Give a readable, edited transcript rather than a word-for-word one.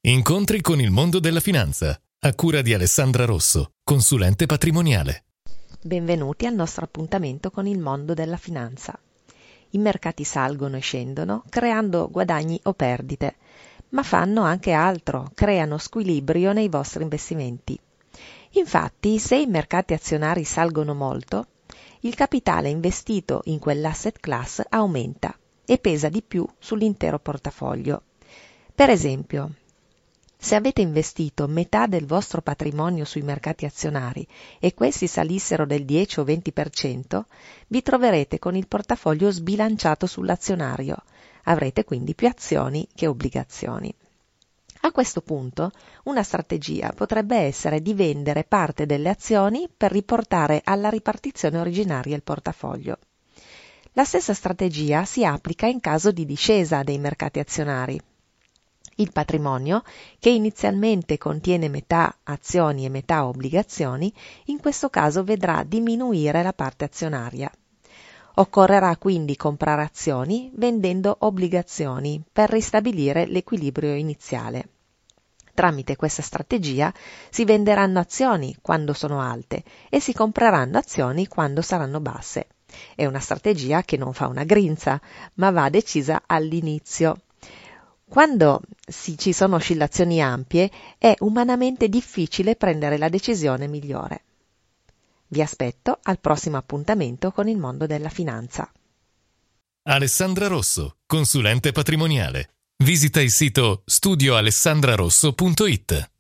Incontri con il mondo della finanza, a cura di Alessandra Rosso, consulente patrimoniale. Benvenuti al nostro appuntamento con il mondo della finanza. I mercati salgono e scendono, creando guadagni o perdite, ma fanno anche altro, creano squilibrio nei vostri investimenti. Infatti, se i mercati azionari salgono molto, il capitale investito in quell'asset class aumenta e pesa di più sull'intero portafoglio. Per esempio, se avete investito metà del vostro patrimonio sui mercati azionari e questi salissero del 10 o 20%, vi troverete con il portafoglio sbilanciato sull'azionario. Avrete quindi più azioni che obbligazioni. A questo punto, una strategia potrebbe essere di vendere parte delle azioni per riportare alla ripartizione originaria il portafoglio. La stessa strategia si applica in caso di discesa dei mercati azionari. Il patrimonio, che inizialmente contiene metà azioni e metà obbligazioni, in questo caso vedrà diminuire la parte azionaria. Occorrerà quindi comprare azioni vendendo obbligazioni per ristabilire l'equilibrio iniziale. Tramite questa strategia si venderanno azioni quando sono alte e si compreranno azioni quando saranno basse. È una strategia che non fa una grinza, ma va decisa all'inizio. Quando ci sono oscillazioni ampie, è umanamente difficile prendere la decisione migliore. Vi aspetto al prossimo appuntamento con il mondo della finanza. Alessandra Rosso, consulente patrimoniale. Visita il sito studioalessandrarosso.it.